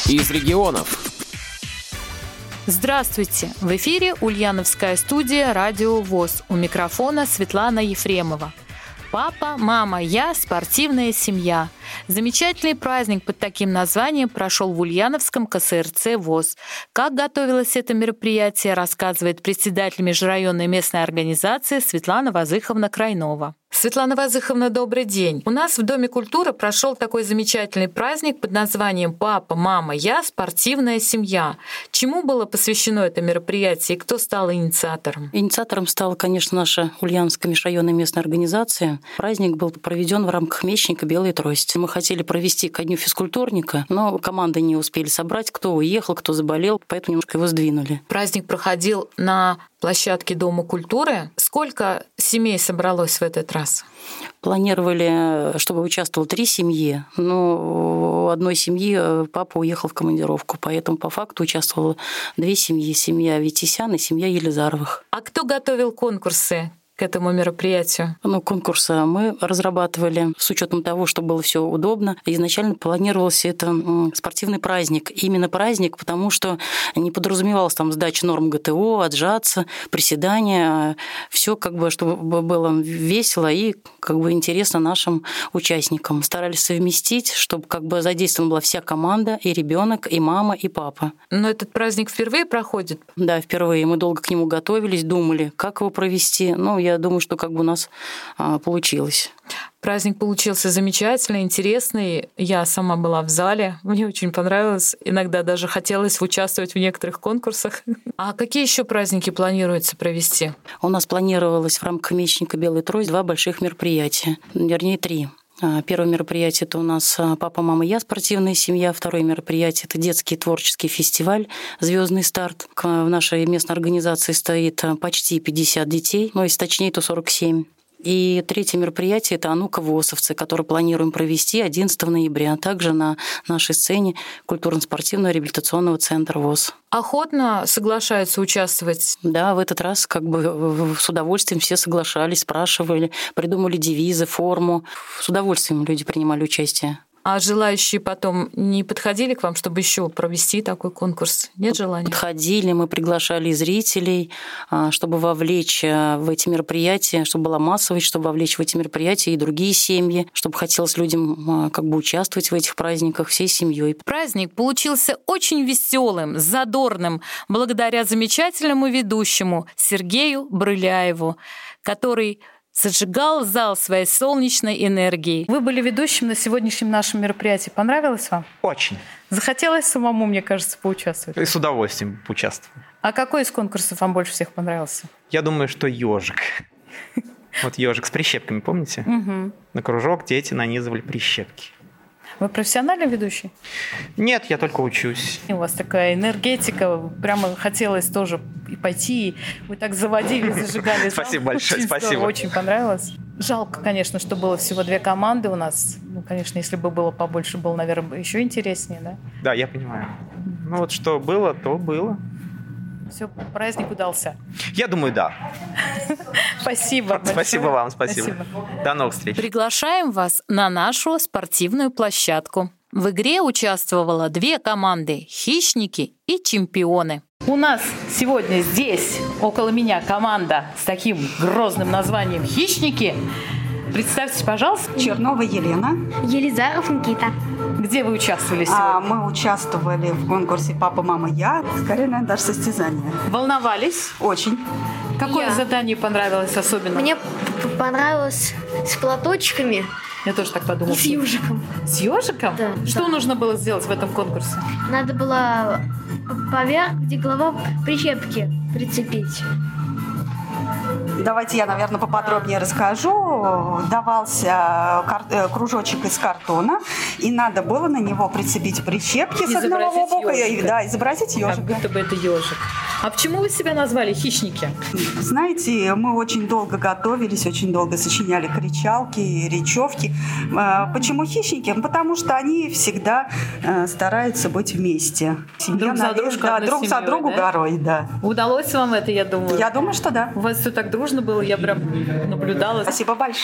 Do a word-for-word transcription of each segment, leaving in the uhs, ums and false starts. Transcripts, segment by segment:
из регионов. Здравствуйте! В эфире Ульяновская студия «Радио ВОС». У микрофона Светлана Ефремова. Папа, мама, я, спортивная семья. Замечательный праздник под таким названием прошел в Ульяновском ка эс эр це ВОС. Как готовилось это мероприятие, рассказывает председатель межрайонной местной организации Светлана Вазыховна Крайнова. Светлана Вазыховна, добрый день. У нас в Доме культуры прошел такой замечательный праздник под названием «Папа, мама, я, спортивная семья». Чему было посвящено это мероприятие и кто стал инициатором? Инициатором стала, конечно, наша Ульяновская межрайонная местная организация. Праздник был проведен в рамках месячника «Белая трость». Мы хотели провести ко дню физкультурника, но команды не успели собрать, кто уехал, кто заболел, поэтому немножко его сдвинули. Праздник проходил на площадке Дома культуры. Сколько семей собралось в этот раз? Планировали, чтобы участвовало три семьи, но у одной семьи папа уехал в командировку, поэтому по факту участвовало две семьи, семья Витисян и семья Елизаровых. А кто готовил конкурсы к этому мероприятию? Ну, конкурс мы разрабатывали с учетом того, что было все удобно. Изначально планировался это спортивный праздник. Именно праздник, потому что не подразумевалось там сдача норм гэ тэ о, отжаться, приседания. Все как бы, чтобы было весело и как бы интересно нашим участникам. Старались совместить, чтобы как бы задействована была вся команда, и ребенок, и мама, и папа. Но этот праздник впервые проходит? Да, впервые. Мы долго к нему готовились, думали, как его провести. Ну, я думаю, что как бы у нас а, получилось. Праздник получился замечательный, интересный. Я сама была в зале. Мне очень понравилось. Иногда даже хотелось участвовать в некоторых конкурсах. А какие еще праздники планируется провести? У нас планировалось в рамках месячника «Белая трость» два больших мероприятия. Вернее, три. Первое мероприятие – это у нас «Папа, мама, я, спортивная семья». Второе мероприятие – это детский творческий фестиваль «Звездный старт». В нашей местной организации стоит почти пятьдесят детей, но если точнее, то сорок семь. И третье мероприятие – это «Анука ВОСовцы», которое планируем провести одиннадцатого ноября, а также на нашей сцене культурно-спортивного реабилитационного центра ВОС. Охотно соглашаются участвовать? Да, в этот раз как бы с удовольствием все соглашались, спрашивали, придумали девизы, форму. С удовольствием люди принимали участие. А желающие потом не подходили к вам, чтобы еще провести такой конкурс? Нет желания? Подходили, мы приглашали зрителей, чтобы вовлечь в эти мероприятия, чтобы была массовость, чтобы вовлечь в эти мероприятия и другие семьи, чтобы хотелось людям как бы участвовать в этих праздниках всей семьей. Праздник получился очень веселым, задорным, благодаря замечательному ведущему Сергею Брыляеву, который зажигал зал своей солнечной энергией. Вы были ведущим на сегодняшнем нашем мероприятии. Понравилось вам? Очень. Захотелось самому, мне кажется, поучаствовать? И с удовольствием поучаствовал. А какой из конкурсов вам больше всех понравился? Я думаю, что ежик. Вот ежик с прищепками, помните? На кружок дети нанизывали прищепки. Вы профессиональный ведущий? Нет, я только учусь. У вас такая энергетика, прямо хотелось тоже и пойти. Вы так заводили, зажигали. Спасибо большое, спасибо. Очень понравилось. Жалко, конечно, что было всего две команды у нас. Ну, конечно, если бы было побольше, было, наверное, еще интереснее, да? Да, я понимаю. Ну вот что было, то было. Все, праздник удался. Я думаю, да. Спасибо. Спасибо вам, спасибо. До новых встреч. Приглашаем вас на нашу спортивную площадку. В игре участвовало две команды – «Хищники» и «Чемпионы». У нас сегодня здесь, около меня, команда с таким грозным названием «Хищники». Представьтесь, пожалуйста. Чернова Елена. Елизаров Никита. Где вы участвовали сегодня? А, мы участвовали в конкурсе «Папа, мама, я». Скорее, наверное, даже состязание. Волновались? Очень. Какое Я. задание понравилось особенно? Мне понравилось с платочками Я тоже так подумала. и с ежиком. С ежиком? Да. Что Да. нужно было сделать в этом конкурсе? Надо было поверх, где голова, прищепки прицепить. Давайте я, наверное, поподробнее расскажу. Давался кар- кружочек из картона, и надо было на него прицепить прищепки с одного Изобразить бока. И, ежика. да, изобразить Как ежика. будто бы это ежик. А почему вы себя назвали «Хищники»? Знаете, мы очень долго готовились, очень долго сочиняли кричалки, речевки. А, Почему хищники? Потому что они всегда э, стараются быть вместе. Семья, Друг за наверное, дружку, да, одной друг за семьей, другу да? горой, да. Удалось вам это, я думаю? Я думаю, что да. У вас все так дружно было, я прям наблюдала. Спасибо большое.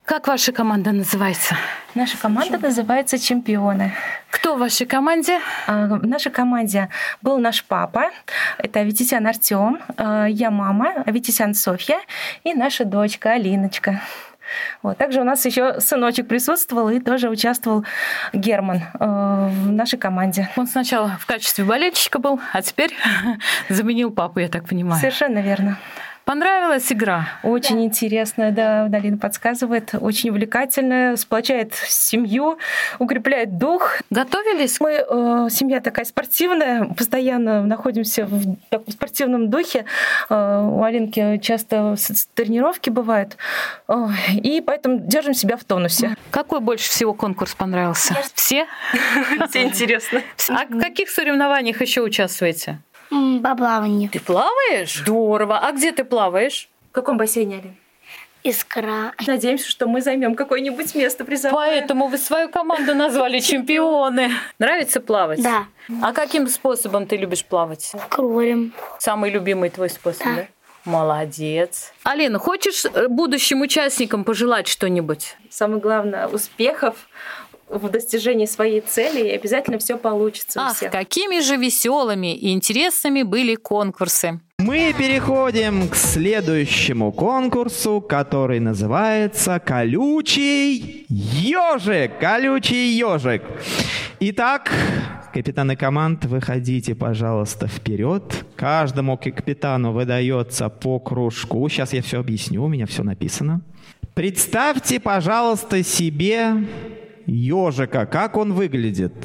Как ваша команда называется? Наша команда называется «Чемпионы». Кто в вашей команде? В нашей команде был наш папа, это Аветисян Артём, я мама, Аветисян Софья и наша дочка Алиночка. Вот. Также у нас еще сыночек присутствовал и тоже участвовал Герман в нашей команде. Он сначала в качестве болельщика был, а теперь заменил папу, я так понимаю. Совершенно верно. Понравилась игра? Очень да. интересная, да, Алина подсказывает. Очень увлекательная, сплочает семью, укрепляет дух. Готовились? Мы, э, семья такая спортивная, постоянно находимся в, так, в спортивном духе. Э, у Алинки часто тренировки бывают, э, и поэтому держим себя в тонусе. Какой больше всего конкурс понравился? Все? Все интересно. А в каких соревнованиях еще участвуете? По плаванию. Ты плаваешь? Здорово. А где ты плаваешь? В каком бассейне, Алин? Искра. Надеемся, что мы займем какое-нибудь место призовое. Поэтому вы свою команду назвали «Чемпионы». Нравится плавать? Да. А каким способом ты любишь плавать? Кролем. Самый любимый твой способ, да? Да. Молодец. Алина, хочешь будущим участникам пожелать что-нибудь? Самое главное, успехов в достижении своей цели, и обязательно все получится у Ах, всех. какими же веселыми и интересными были конкурсы. Мы переходим к следующему конкурсу, который называется «Колючий ежик». Колючий ежик. Итак, капитаны команд, выходите, пожалуйста, вперед. Каждому капитану выдается по кружку. Сейчас я все объясню, у меня все написано. Представьте, пожалуйста, себе ежика, как он выглядит.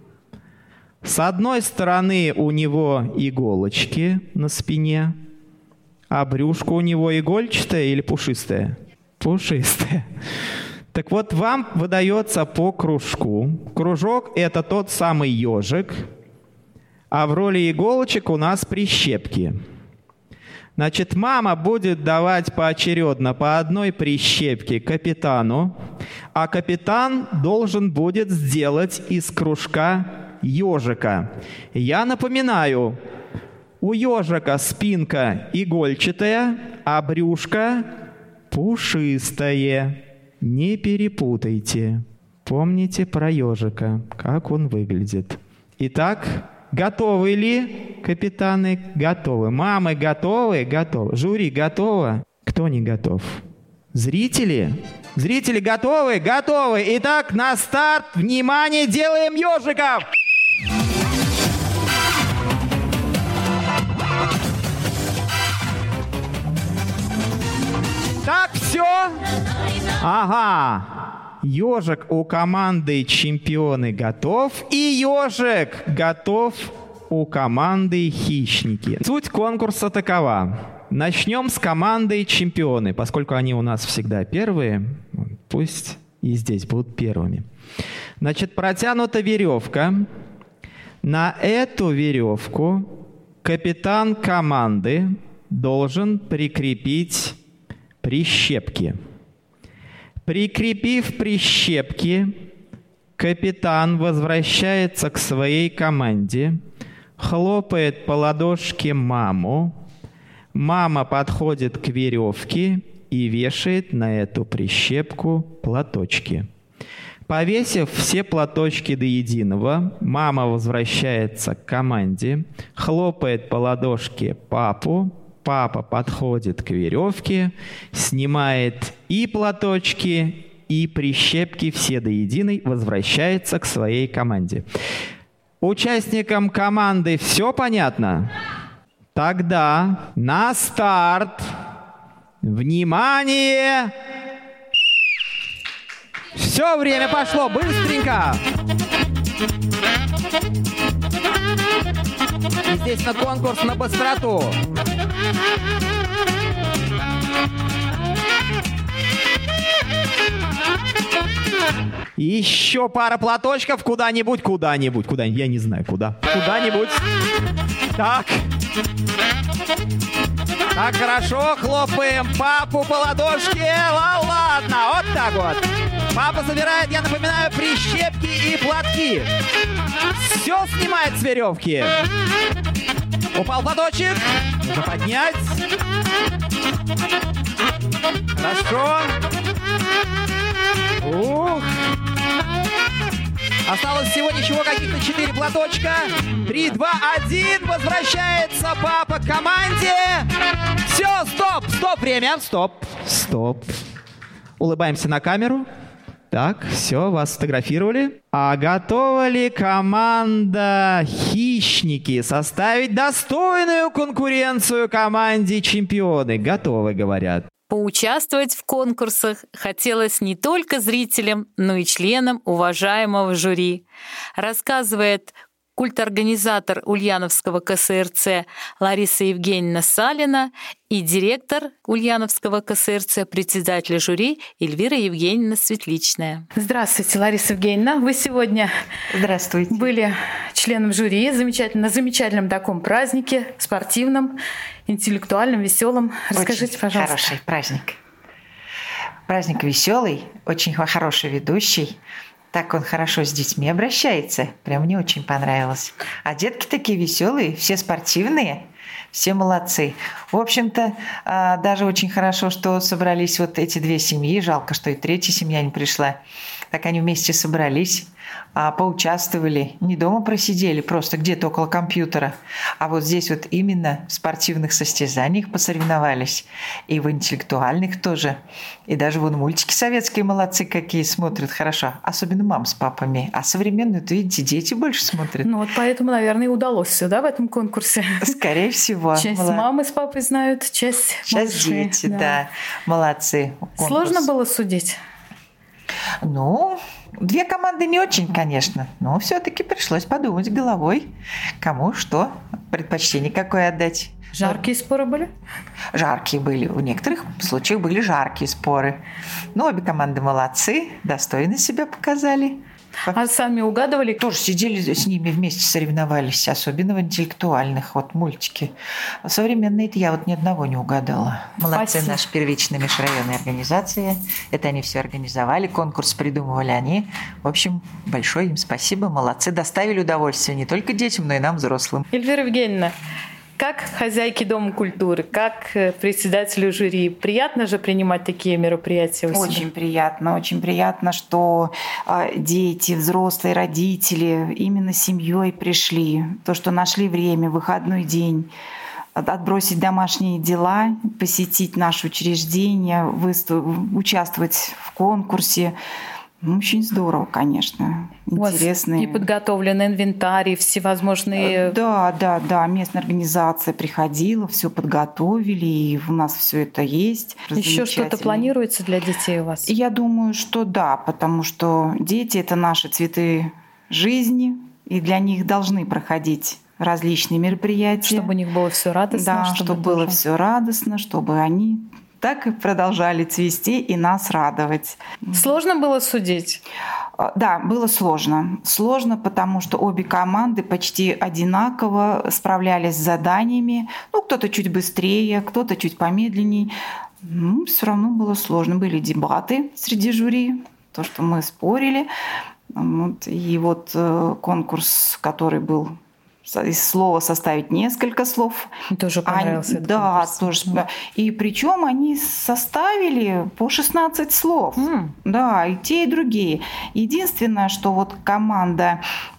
С одной стороны у него иголочки на спине, а брюшко у него игольчатое или пушистое? Пушистое. Так вот, вам выдается по кружку. Кружок – это тот самый ежик, а в роли иголочек у нас прищепки. Значит, мама будет давать поочередно по одной прищепке капитану, а капитан должен будет сделать из кружка ежика. Я напоминаю, у ежика спинка игольчатая, а брюшко пушистое. Не перепутайте. Помните про ежика, как он выглядит. Итак, готовы ли, капитаны? Готовы. Мамы готовы? Готовы. Жюри готово? Кто не готов? Зрители? Зрители готовы? Готовы. Итак, на старт. Внимание, делаем ежиков! Так, все. Ага. Ежик у команды «Чемпионы» готов. И ежик готов у команды «Хищники». Суть конкурса такова. Начнем с командой «Чемпионы». Поскольку они у нас всегда первые, пусть и здесь будут первыми. Значит, протянута веревка. На эту веревку капитан команды должен прикрепить прищепки. Прикрепив прищепки, капитан возвращается к своей команде, хлопает по ладошке маму. Мама подходит к веревке и вешает на эту прищепку платочки. Повесив все платочки до единого, мама возвращается к команде, хлопает по ладошке папу. Папа подходит к веревке, снимает и платочки, и прищепки, все до единой, возвращается к своей команде. Участникам команды все понятно? Тогда на старт. Внимание! Все, время пошло, быстренько! И здесь на конкурс на быстроту. Еще пара платочков куда-нибудь, куда-нибудь, куда-нибудь, я не знаю куда, куда-нибудь. Так. Так, хорошо, хлопаем папу по ладошке. Ладно, вот так вот. Папа забирает, я напоминаю, прищепки и платки. Все снимает с веревки. Упал платочек. Нужно поднять. Хорошо. Ух. Осталось всего ничего, каких-то четыре платочка. Три, два, один. Возвращается папа к команде. Все, стоп, стоп, время. Стоп, стоп. Улыбаемся на камеру. Так, все, вас сфотографировали. А готова ли команда «Хищники» составить достойную конкуренцию команде «Чемпионы»? Готовы, говорят. Поучаствовать в конкурсах хотелось не только зрителям, но и членам уважаемого жюри, рассказывает культорганизатор Ульяновского ка эс эр цэ Лариса Евгеньевна Салина и директор Ульяновского ка эс эр цэ, председатель жюри Эльвира Евгеньевна Светличная. Здравствуйте, Лариса Евгеньевна. Вы сегодня Здравствуйте. были членом жюри замечательно, на замечательном таком празднике, спортивном, интеллектуальном, веселом. Расскажите, очень пожалуйста. Хороший праздник. Праздник веселый, очень хороший ведущий. Так он хорошо с детьми обращается. Прям мне очень понравилось. А детки такие веселые, все спортивные, все молодцы. В общем-то, даже очень хорошо, что собрались вот эти две семьи. Жалко, что и третья семья не пришла. Так они вместе собрались, поучаствовали. Не дома просидели, просто где-то около компьютера. А вот здесь вот именно в спортивных состязаниях посоревновались. И в интеллектуальных тоже. И даже вон мультики советские молодцы какие смотрят хорошо. Особенно мам с папами. А современную-то, видите, дети больше смотрят. Ну вот поэтому, наверное, и удалось все, да, в этом конкурсе? Скорее всего. Часть Молод... мамы с папой знают, часть Часть малыши, дети, да. да. Молодцы. Конкурс. Сложно было судить? Ну, две команды не очень, конечно, но все-таки пришлось подумать головой, кому что, предпочтение какое отдать. Жаркие споры были? Жаркие были. В некоторых случаях были жаркие споры. Но обе команды молодцы, достойно себя показали. А сами угадывали? Тоже сидели с ними вместе, соревновались, особенно в интеллектуальных, вот мультики. Современные-то я вот ни одного не угадала. Молодцы. Спасибо. Наша первичная межрайонная организация. Это они все организовали, конкурс придумывали они. В общем, большое им спасибо, молодцы. Доставили удовольствие не только детям, но и нам, взрослым. Эльвира Евгеньевна, как хозяйке Дома культуры, как председателю жюри, приятно же принимать такие мероприятия у себя? Очень приятно, очень приятно, что дети, взрослые, родители именно семьей пришли. То, что нашли время, выходной день, отбросить домашние дела, посетить наше учреждение, выстав... участвовать в конкурсе. Очень здорово, конечно. Интересно. И подготовлен инвентарь, и всевозможные... Да, да, да. Местная организация приходила, все подготовили, и у нас все это есть. Еще что-то планируется для детей у вас? Я думаю, что да, потому что дети — это наши цветы жизни, и для них должны проходить различные мероприятия. Чтобы у них было все радостно. Да, чтобы, чтобы было все радостно, чтобы они так и продолжали цвести и нас радовать. Сложно было судить? Да, было сложно. Сложно, потому что обе команды почти одинаково справлялись с заданиями. Ну, кто-то чуть быстрее, кто-то чуть помедленнее. Ну, все равно было сложно. Были дебаты среди жюри, то, что мы спорили. Вот. И вот конкурс, который был из слова составить несколько слов. Тоже понравился они, этот да, конкурс. тоже. Да. И причем они составили по шестнадцать слов. Mm. Да, и те, и другие. Единственное, что вот команда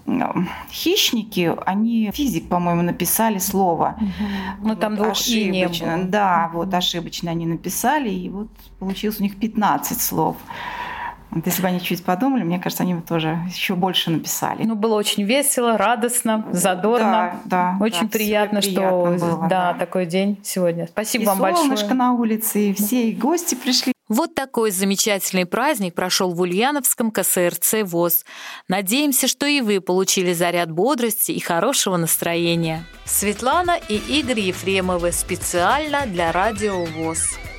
«Хищники», они, физик, по-моему, написали слово. Mm-hmm. Ну, вот там двух «и» не было. Да, вот ошибочно они написали, и вот получилось у них пятнадцать слов. Вот если бы они чуть подумали, мне кажется, они бы тоже еще больше написали. Ну, было очень весело, радостно, задорно. Да, да. Очень да, приятно, что приятно было, да, да. такой день сегодня. Спасибо и вам большое. И солнышко на улице, и все, и гости пришли. Вот такой замечательный праздник прошел в Ульяновском ка эс эр цэ ВОС. Надеемся, что и вы получили заряд бодрости и хорошего настроения. Светлана и Игорь Ефремовы специально для Радио ВОС.